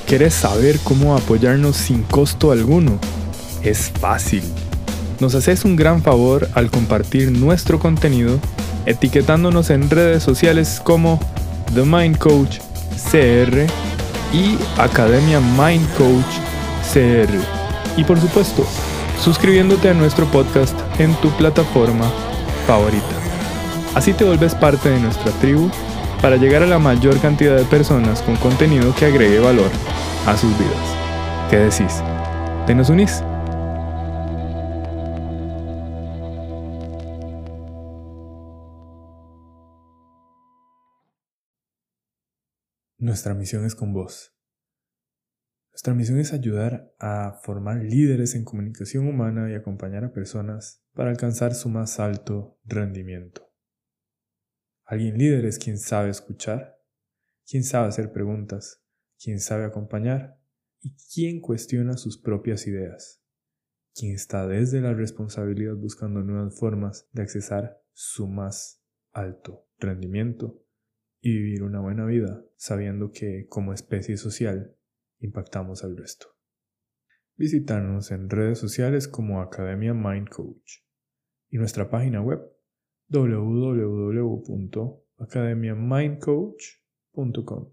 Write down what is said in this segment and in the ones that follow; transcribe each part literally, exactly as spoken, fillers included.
¿Querés saber cómo apoyarnos sin costo alguno? Es fácil. Nos haces un gran favor al compartir nuestro contenido etiquetándonos en redes sociales como The Mind Coach C R y Academia Mind Coach C R. Y por supuesto, suscribiéndote a nuestro podcast en tu plataforma favorita. Así te vuelves parte de nuestra tribu para llegar a la mayor cantidad de personas con contenido que agregue valor a sus vidas. ¿Qué decís? ¿Te nos unís? Nuestra misión es con vos. Nuestra misión es ayudar a formar líderes en comunicación humana y acompañar a personas para alcanzar su más alto rendimiento. Alguien líder es quien sabe escuchar, quien sabe hacer preguntas, quien sabe acompañar y quien cuestiona sus propias ideas, quien está desde la responsabilidad buscando nuevas formas de accesar su más alto rendimiento y vivir una buena vida sabiendo que como especie social impactamos al resto. Visítanos en redes sociales como Academia Mind Coach y nuestra página web doble u doble u doble u punto academia mind coach punto com.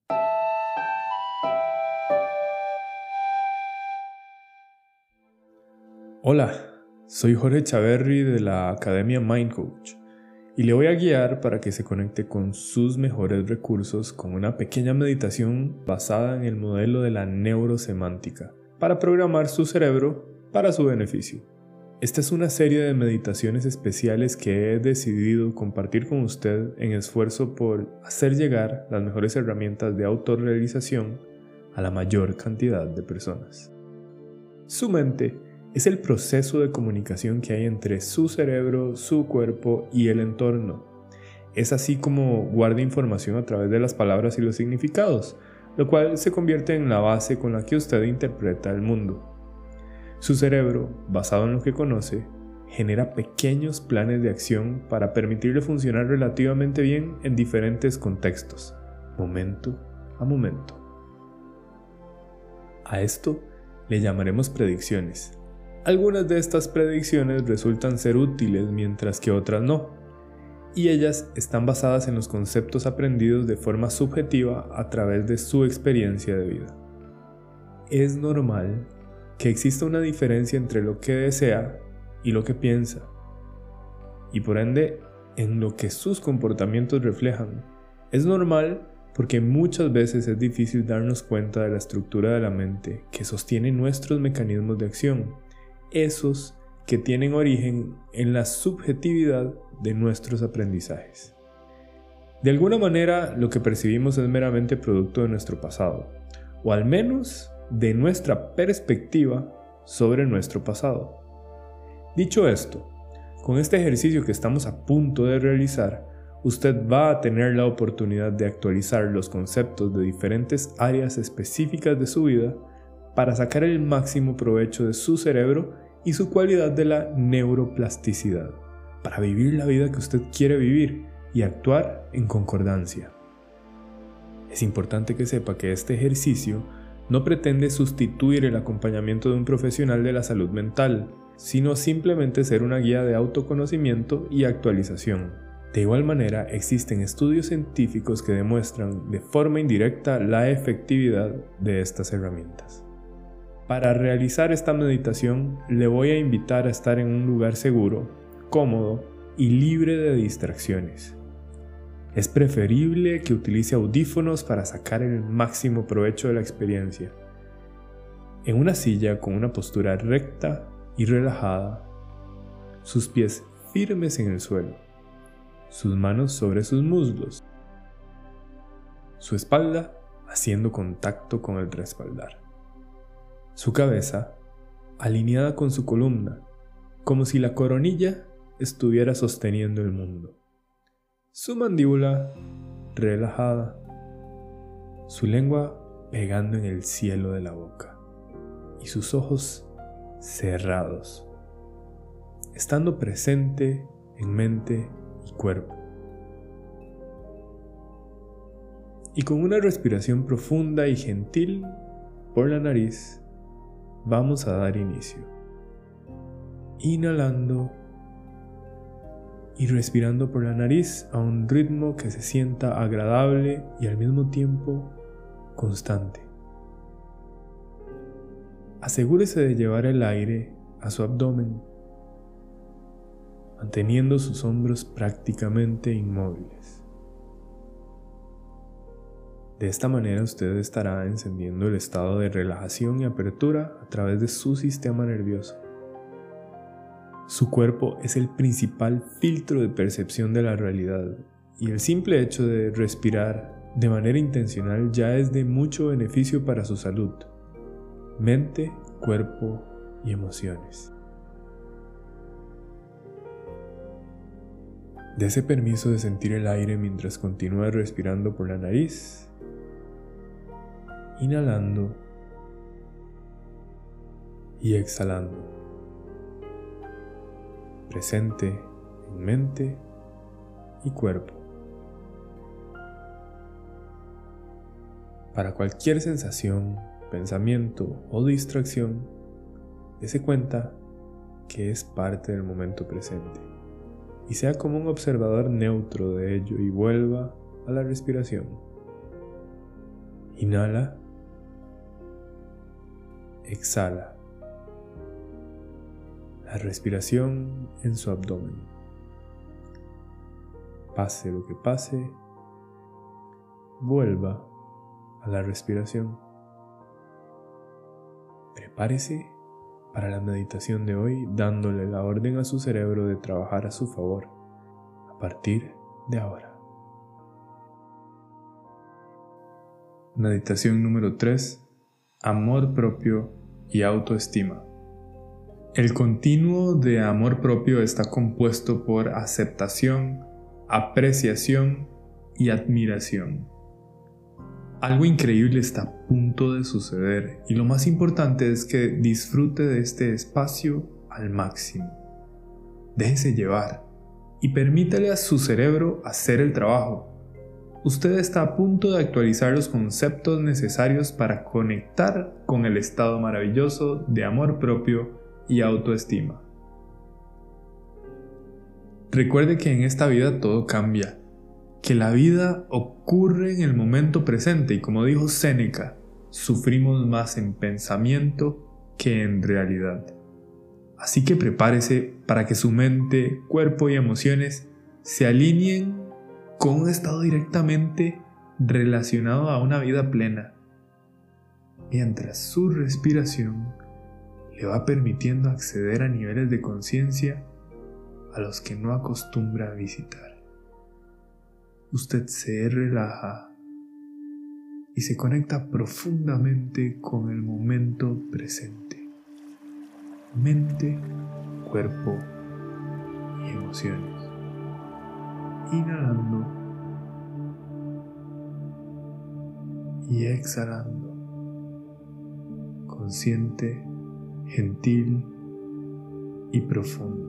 Hola, soy Jorge Chaverri de la Academia Mind Coach y le voy a guiar para que se conecte con sus mejores recursos con una pequeña meditación basada en el modelo de la neurosemántica para programar su cerebro para su beneficio. Esta es una serie de meditaciones especiales que he decidido compartir con usted en esfuerzo por hacer llegar las mejores herramientas de autorrealización a la mayor cantidad de personas. Su mente es el proceso de comunicación que hay entre su cerebro, su cuerpo y el entorno. Es así como guarda información a través de las palabras y los significados, lo cual se convierte en la base con la que usted interpreta el mundo. Su cerebro, basado en lo que conoce, genera pequeños planes de acción para permitirle funcionar relativamente bien en diferentes contextos, momento a momento. A esto le llamaremos predicciones. Algunas de estas predicciones resultan ser útiles mientras que otras no, y ellas están basadas en los conceptos aprendidos de forma subjetiva a través de su experiencia de vida. Es normal que exista una diferencia entre lo que desea y lo que piensa, y por ende en lo que sus comportamientos reflejan. Es normal porque muchas veces es difícil darnos cuenta de la estructura de la mente que sostiene nuestros mecanismos de acción, esos que tienen origen en la subjetividad de nuestros aprendizajes. De alguna manera, lo que percibimos es meramente producto de nuestro pasado, o al menos de nuestra perspectiva sobre nuestro pasado. Dicho esto, con este ejercicio que estamos a punto de realizar, usted va a tener la oportunidad de actualizar los conceptos de diferentes áreas específicas de su vida para sacar el máximo provecho de su cerebro y su cualidad de la neuroplasticidad, para vivir la vida que usted quiere vivir y actuar en concordancia. Es importante que sepa que este ejercicio no pretende sustituir el acompañamiento de un profesional de la salud mental, sino simplemente ser una guía de autoconocimiento y actualización. De igual manera, existen estudios científicos que demuestran de forma indirecta la efectividad de estas herramientas. Para realizar esta meditación, le voy a invitar a estar en un lugar seguro, cómodo y libre de distracciones. Es preferible que utilice audífonos para sacar el máximo provecho de la experiencia. En una silla con una postura recta y relajada, sus pies firmes en el suelo, sus manos sobre sus muslos, su espalda haciendo contacto con el respaldar, su cabeza alineada con su columna, como si la coronilla estuviera sosteniendo el mundo. Su mandíbula relajada, su lengua pegando en el cielo de la boca y sus ojos cerrados, estando presente en mente y cuerpo. Y con una respiración profunda y gentil por la nariz, vamos a dar inicio. Inhalando y respirando por la nariz a un ritmo que se sienta agradable y al mismo tiempo constante. Asegúrese de llevar el aire a su abdomen, manteniendo sus hombros prácticamente inmóviles. De esta manera usted estará encendiendo el estado de relajación y apertura a través de su sistema nervioso. Su cuerpo es el principal filtro de percepción de la realidad y el simple hecho de respirar de manera intencional ya es de mucho beneficio para su salud, mente, cuerpo y emociones. Dese permiso de sentir el aire mientras continúa respirando por la nariz, inhalando y exhalando, presente en mente y cuerpo. Para cualquier sensación, pensamiento o distracción, dése cuenta que es parte del momento presente y sea como un observador neutro de ello y vuelva a la respiración. Inhala, exhala. La respiración en su abdomen. Pase lo que pase, vuelva a la respiración. Prepárese para la meditación de hoy dándole la orden a su cerebro de trabajar a su favor a partir de ahora. Meditación número tres. Amor propio y autoestima. El continuo de amor propio está compuesto por aceptación, apreciación y admiración. Algo increíble está a punto de suceder y lo más importante es que disfrute de este espacio al máximo. Déjese llevar y permítale a su cerebro hacer el trabajo. Usted está a punto de actualizar los conceptos necesarios para conectar con el estado maravilloso de amor propio y autoestima. Recuerde que en esta vida todo cambia, que la vida ocurre en el momento presente y como dijo Séneca, sufrimos más en pensamiento que en realidad. Así que prepárese para que su mente, cuerpo y emociones se alineen con un estado directamente relacionado a una vida plena, mientras su respiración le va permitiendo acceder a niveles de conciencia a los que no acostumbra a visitar. Usted se relaja y se conecta profundamente con el momento presente. Mente, cuerpo y emociones. Inhalando y exhalando. Consciente, gentil y profundo.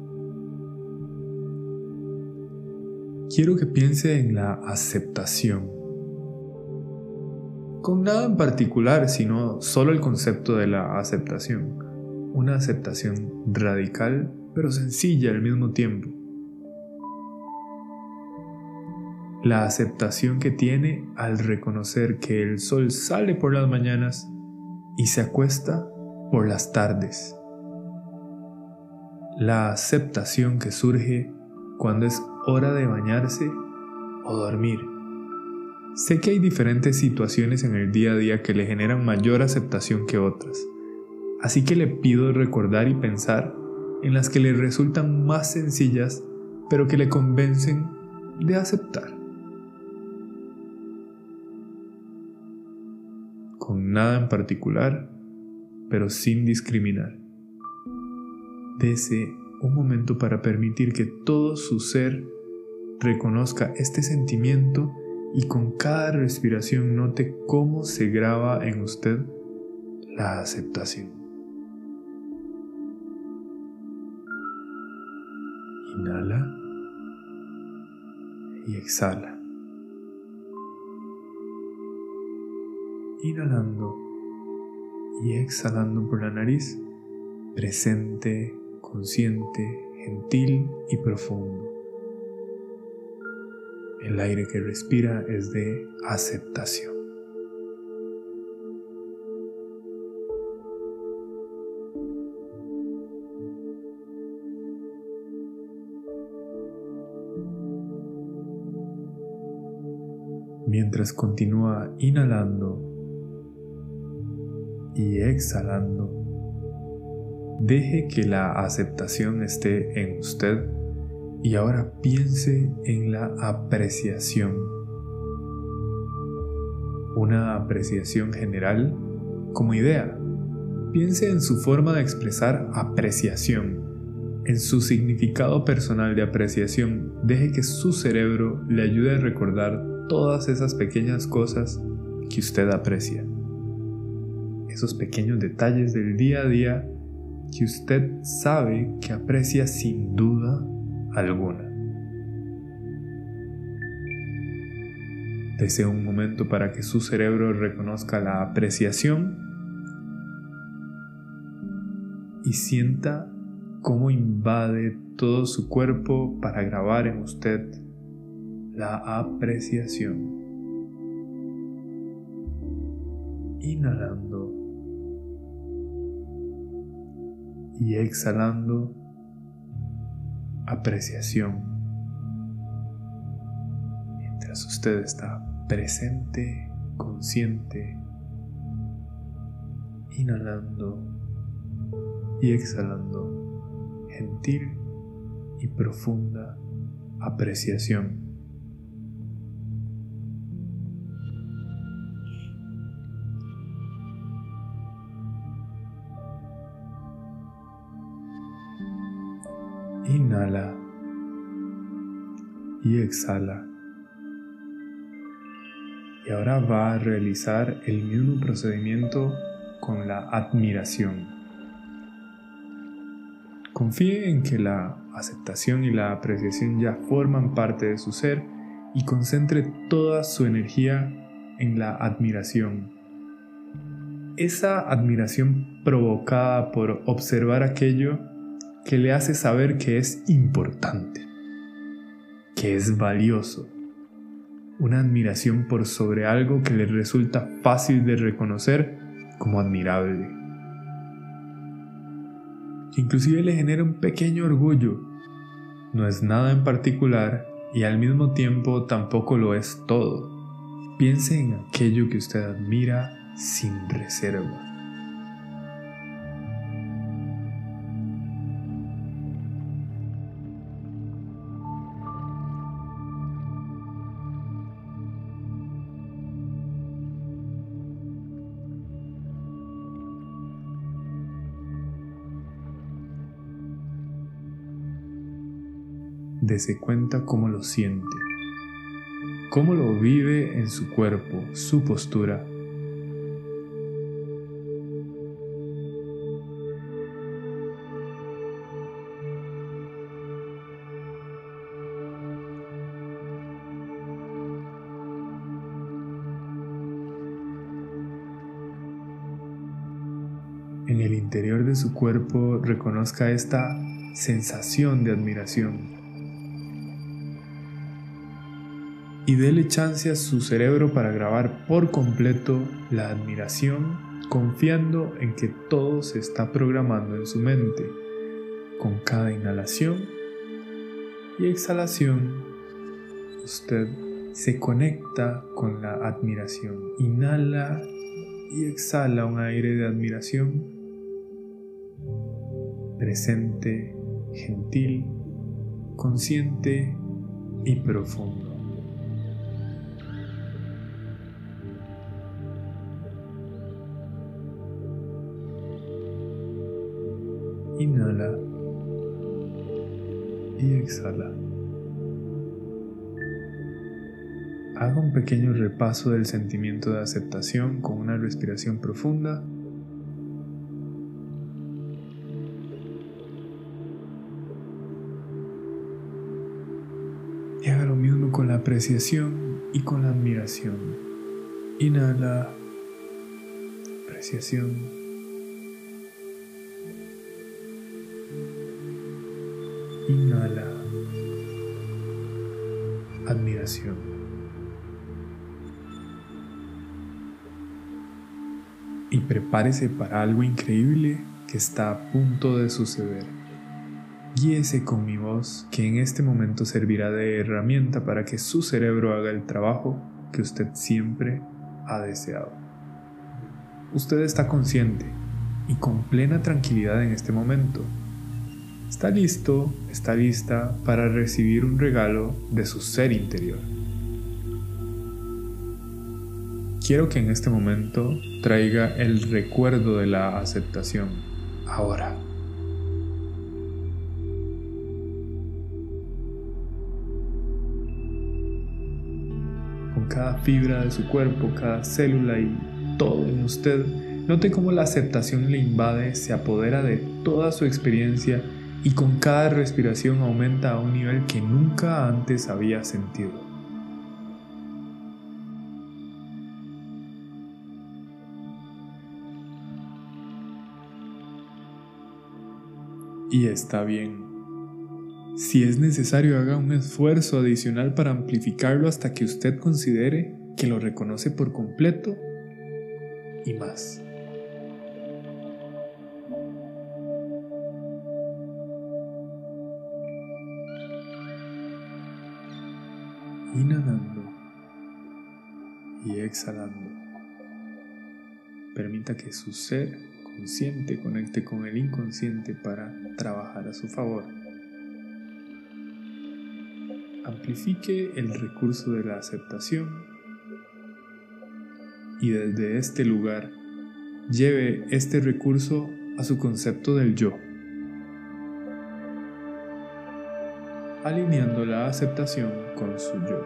Quiero que piense en la aceptación. Con nada en particular, sino solo el concepto de la aceptación. Una aceptación radical, pero sencilla al mismo tiempo. La aceptación que tiene al reconocer que el sol sale por las mañanas y se acuesta por las tardes. La aceptación que surge cuando es hora de bañarse o dormir. Sé que hay diferentes situaciones en el día a día que le generan mayor aceptación que otras, así que le pido recordar y pensar en las que le resultan más sencillas, pero que le convencen de aceptar. Con nada en particular, pero sin discriminar. Dese un momento para permitir que todo su ser reconozca este sentimiento y con cada respiración note cómo se graba en usted la aceptación. Inhala y exhala. inhalando y exhalando por la nariz, presente, consciente, gentil y profundo. El aire que respira es de aceptación. Mientras continúa inhalando y exhalando, deje que la aceptación esté en usted y ahora piense en la apreciación. Una apreciación general como idea. Piense en su forma de expresar apreciación, en su significado personal de apreciación. Deje que su cerebro le ayude a recordar todas esas pequeñas cosas que usted aprecia. Esos pequeños detalles del día a día que usted sabe que aprecia sin duda alguna. Desee un momento para que su cerebro reconozca la apreciación y sienta cómo invade todo su cuerpo para grabar en usted la apreciación. Inhalando y exhalando, apreciación. Mientras usted está presente, consciente, inhalando y exhalando, gentil y profunda apreciación. Inhala y exhala. Y ahora va a realizar el mismo procedimiento con la admiración. Confíe en que la aceptación y la apreciación ya forman parte de su ser y concentre toda su energía en la admiración. Esa admiración provocada por observar aquello que le hace saber que es importante, que es valioso. Una admiración por sobre algo que le resulta fácil de reconocer como admirable. Que inclusive le genera un pequeño orgullo. No es nada en particular y al mismo tiempo tampoco lo es todo. Piense en aquello que usted admira sin reserva. Dese cuenta cómo lo siente, cómo lo vive en su cuerpo, su postura. En el interior de su cuerpo reconozca esta sensación de admiración. Y dele chance a su cerebro para grabar por completo la admiración, confiando en que todo se está programando en su mente. Con cada inhalación y exhalación, usted se conecta con la admiración. Inhala y exhala un aire de admiración, presente, gentil, consciente y profundo. Inhala y exhala. Haga un pequeño repaso del sentimiento de aceptación con una respiración profunda. Y haga lo mismo con la apreciación y con la admiración. Inhala apreciación, inhala, admiración. Y prepárese para algo increíble que está a punto de suceder. Guíese con mi voz, que en este momento servirá de herramienta para que su cerebro haga el trabajo que usted siempre ha deseado. Usted está consciente y con plena tranquilidad en este momento. Está listo, está lista para recibir un regalo de su ser interior. Quiero que en este momento traiga el recuerdo de la aceptación. Ahora. Con cada fibra de su cuerpo, cada célula y todo en usted, note cómo la aceptación le invade, se apodera de toda su experiencia y con cada respiración aumenta a un nivel que nunca antes había sentido. Y está bien. Si es necesario, haga un esfuerzo adicional para amplificarlo hasta que usted considere que lo reconoce por completo y más. Inhalando y exhalando. Permita que su ser consciente conecte con el inconsciente para trabajar a su favor. Amplifique el recurso de la aceptación y desde este lugar lleve este recurso a su concepto del yo, alineando la aceptación con su yo.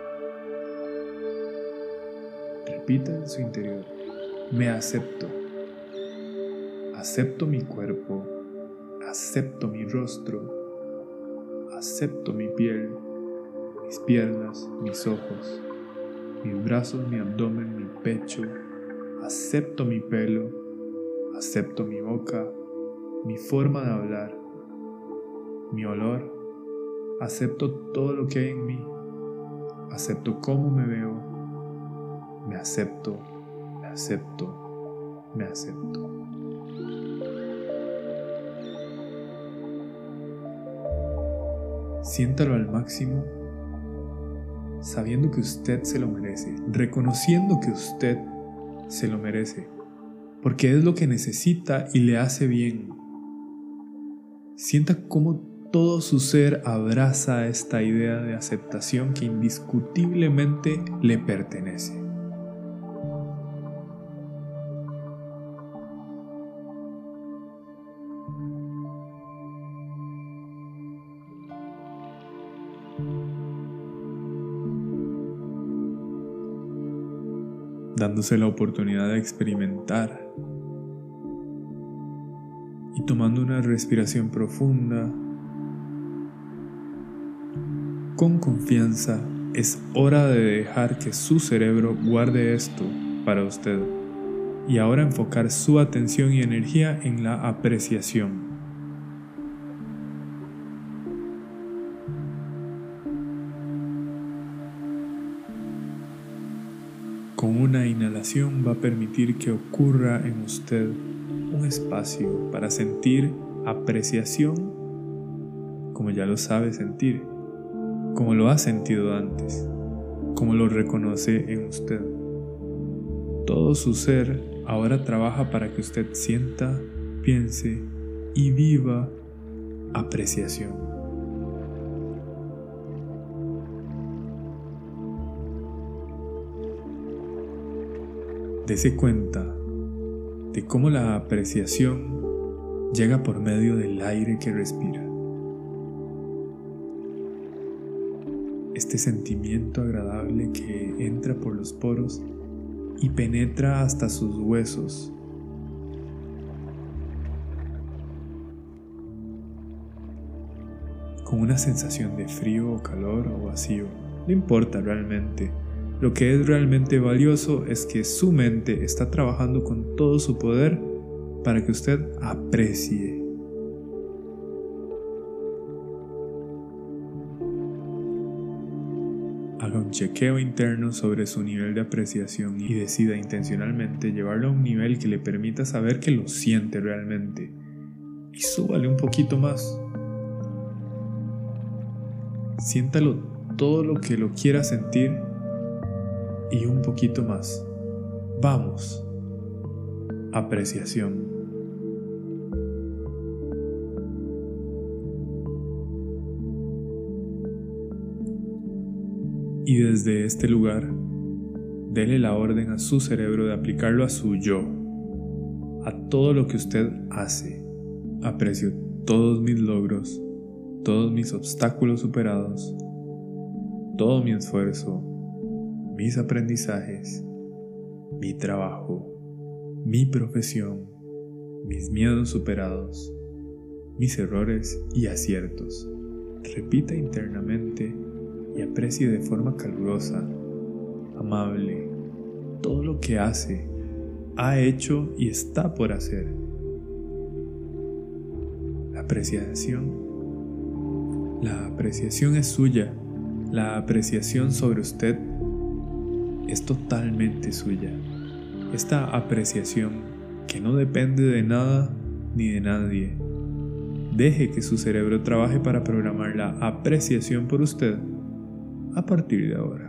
Repita en su interior: me acepto. Acepto mi cuerpo, acepto mi rostro, acepto mi piel, mis piernas, mis ojos, mis brazos, mi abdomen, mi pecho, acepto mi pelo, acepto mi boca, mi forma de hablar, mi olor, acepto todo lo que hay en mí, acepto cómo me veo, me acepto, me acepto, me acepto. Siéntalo al máximo, sabiendo que usted se lo merece, reconociendo que usted se lo merece, porque es lo que necesita y le hace bien. Sienta cómo todo su ser abraza esta idea de aceptación que indiscutiblemente le pertenece. Dándose la oportunidad de experimentar y tomando una respiración profunda, con confianza, es hora de dejar que su cerebro guarde esto para usted y ahora enfocar su atención y energía en la apreciación. Con una inhalación va a permitir que ocurra en usted un espacio para sentir apreciación como ya lo sabe sentir, como lo ha sentido antes, como lo reconoce en usted. Todo su ser ahora trabaja para que usted sienta, piense y viva apreciación. Dese cuenta de cómo la apreciación llega por medio del aire que respira. Este sentimiento agradable que entra por los poros y penetra hasta sus huesos. Con una sensación de frío o calor o vacío, no importa realmente. Lo que es realmente valioso es que su mente está trabajando con todo su poder para que usted aprecie. Haga un chequeo interno sobre su nivel de apreciación y decida intencionalmente llevarlo a un nivel que le permita saber que lo siente realmente. Y súbale un poquito más. Siéntalo todo lo que lo quiera sentir y un poquito más. Vamos. Apreciación. Y desde este lugar, dele la orden a su cerebro de aplicarlo a su yo, a todo lo que usted hace. Aprecio todos mis logros, todos mis obstáculos superados, todo mi esfuerzo, mis aprendizajes, mi trabajo, mi profesión, mis miedos superados, mis errores y aciertos. Repita internamente y aprecie de forma calurosa, amable, todo lo que hace, ha hecho y está por hacer. La apreciación, la apreciación es suya. La apreciación sobre usted es totalmente suya. Esta apreciación que no depende de nada ni de nadie. Deje que su cerebro trabaje para programar la apreciación por usted a partir de ahora.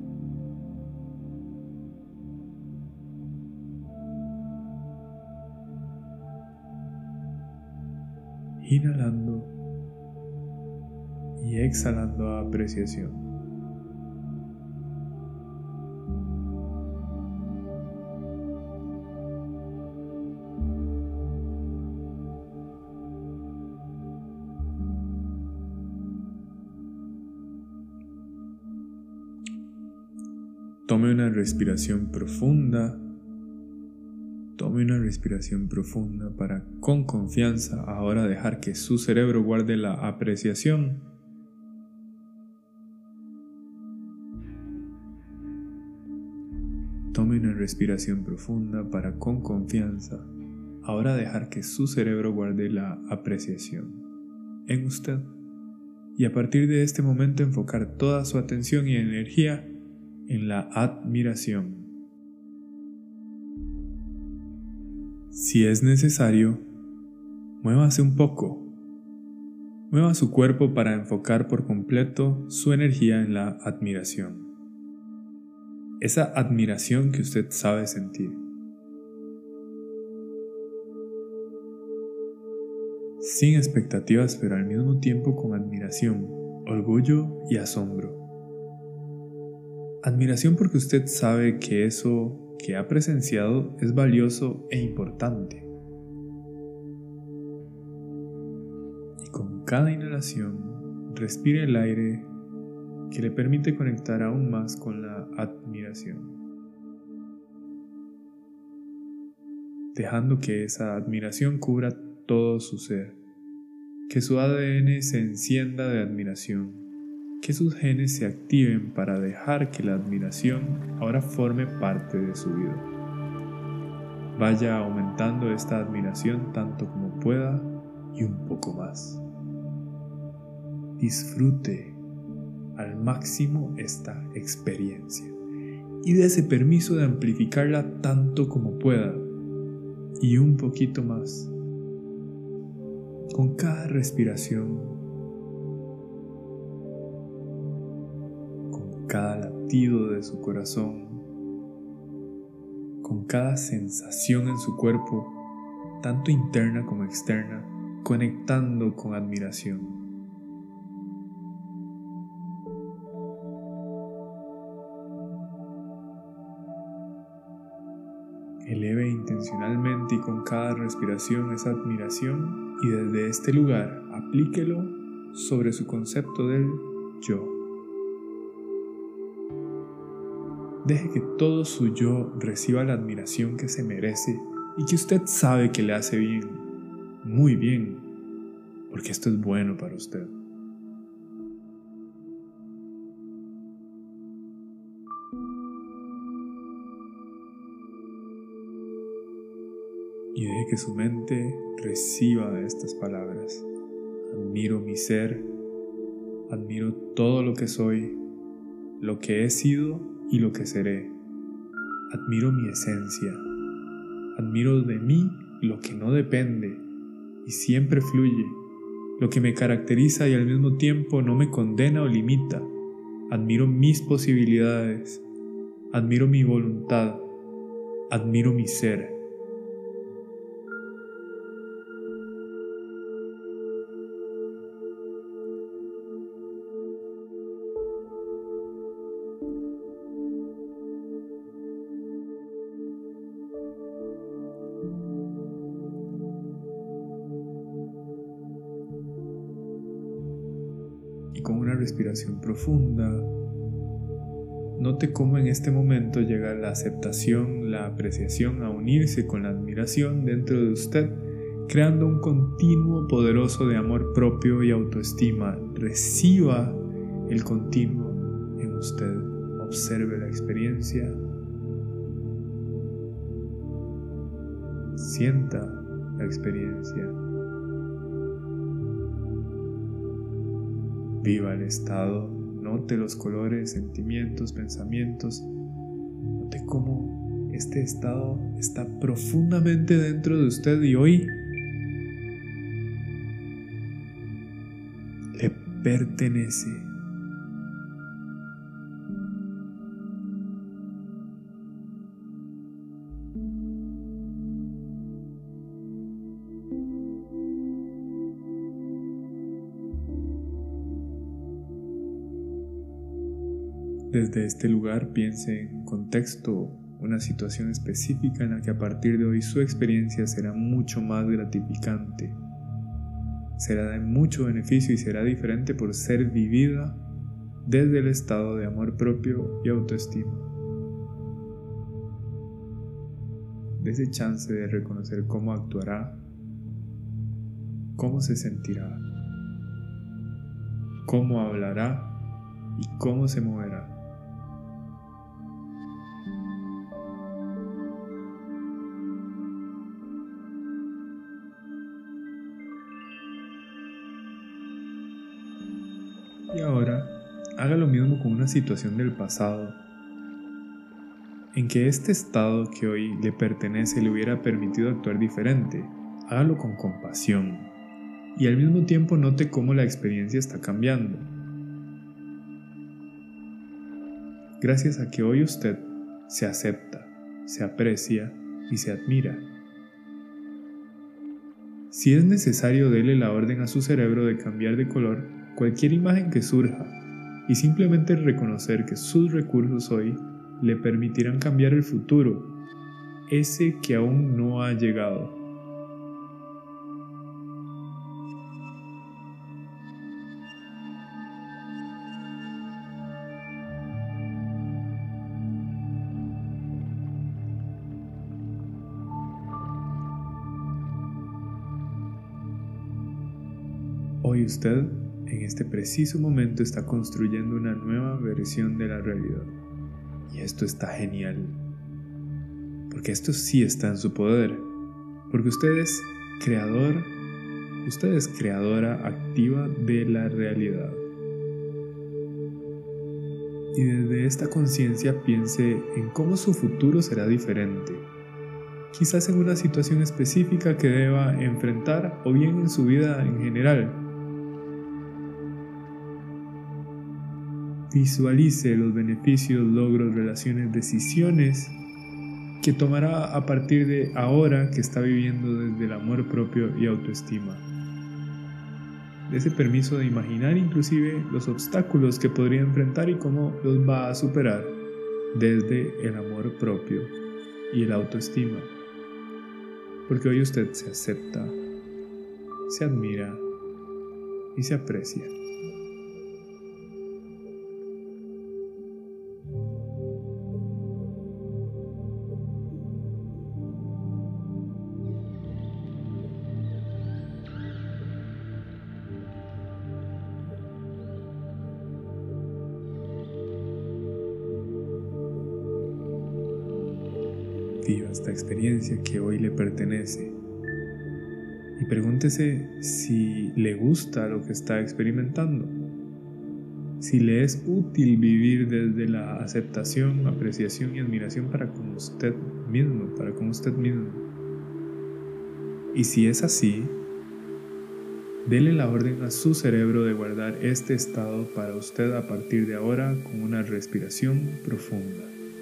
Inhalando y exhalando a apreciación. Tome una respiración profunda. Tome una respiración profunda para, con confianza, ahora dejar que su cerebro guarde la apreciación. Tome una respiración profunda para, con confianza, ahora dejar que su cerebro guarde la apreciación en usted. Y a partir de este momento enfocar toda su atención y energía en la admiración. Si es necesario, muévase un poco. Mueva su cuerpo para enfocar por completo su energía en la admiración. Esa admiración que usted sabe sentir. Sin expectativas, pero al mismo tiempo con admiración, orgullo y asombro. Admiración porque usted sabe que eso que ha presenciado es valioso e importante. Y con cada inhalación, respire el aire que le permite conectar aún más con la admiración, dejando que esa admiración cubra todo su ser, que su A D N se encienda de admiración, que sus genes se activen para dejar que la admiración ahora forme parte de su vida. Vaya aumentando esta admiración tanto como pueda y un poco más. Disfrute al máximo esta experiencia y dése permiso de amplificarla tanto como pueda y un poquito más. Con cada respiración, cada latido de su corazón, con cada sensación en su cuerpo, tanto interna como externa, conectando con admiración. Eleve intencionalmente y con cada respiración esa admiración y desde este lugar aplíquelo sobre su concepto del yo. Deje que todo su yo reciba la admiración que se merece y que usted sabe que le hace bien, muy bien, porque esto es bueno para usted. y deje que su mente reciba estas palabras. Admiro mi ser, admiro todo lo que soy, lo que he sido y lo que seré. Admiro mi esencia, admiro de mí lo que no depende y siempre fluye, lo que me caracteriza y al mismo tiempo no me condena o limita. Admiro mis posibilidades, admiro mi voluntad, admiro mi ser. Y con una respiración profunda, note cómo en este momento llega la aceptación, la apreciación a unirse con la admiración dentro de usted, creando un continuo poderoso de amor propio y autoestima. Reciba el continuo en usted. Observe la experiencia. Sienta la experiencia. Viva el estado, note los colores, sentimientos, pensamientos. Note cómo este estado está profundamente dentro de usted y hoy le pertenece. Desde este lugar piense en un contexto, una situación específica en la que a partir de hoy su experiencia será mucho más gratificante, será de mucho beneficio y será diferente por ser vivida desde el estado de amor propio y autoestima. Dese chance de reconocer cómo actuará, cómo se sentirá, cómo hablará y cómo se moverá. Y ahora, haga lo mismo con una situación del pasado, en que este estado que hoy le pertenece le hubiera permitido actuar diferente. Hágalo con compasión y al mismo tiempo note cómo la experiencia está cambiando. Gracias a que hoy usted se acepta, se aprecia y se admira. Si es necesario, dele la orden a su cerebro de cambiar de color cualquier imagen que surja y simplemente reconocer que sus recursos hoy le permitirán cambiar el futuro, ese que aún no ha llegado. Hoy usted, en este preciso momento, está construyendo una nueva versión de la realidad. Y esto está genial. Porque esto sí está en su poder. Porque usted es creador, usted es creadora activa de la realidad. Y desde esta conciencia piense en cómo su futuro será diferente. Quizás en una situación específica que deba enfrentar o bien en su vida en general. Visualice los beneficios, logros, relaciones, decisiones que tomará a partir de ahora que está viviendo desde el amor propio y autoestima. Dese permiso de imaginar inclusive los obstáculos que podría enfrentar y cómo los va a superar desde el amor propio y el autoestima. Porque hoy usted se acepta, se admira y se aprecia. positiva, esta experiencia que hoy le pertenece. Y pregúntese si le gusta lo que está experimentando, si le es útil vivir desde la aceptación, apreciación y admiración para con usted mismo, para con usted mismo. Y si es así, dele la orden a su cerebro de guardar este estado para usted a partir de ahora con una respiración profunda.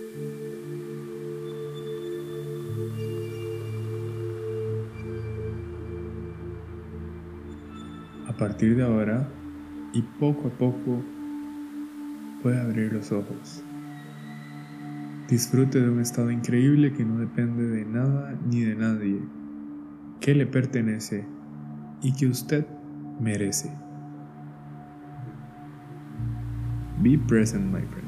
A partir de ahora, y poco a poco, puede abrir los ojos. Disfrute de un estado increíble que no depende de nada ni de nadie, que le pertenece y que usted merece. Be present, my friend.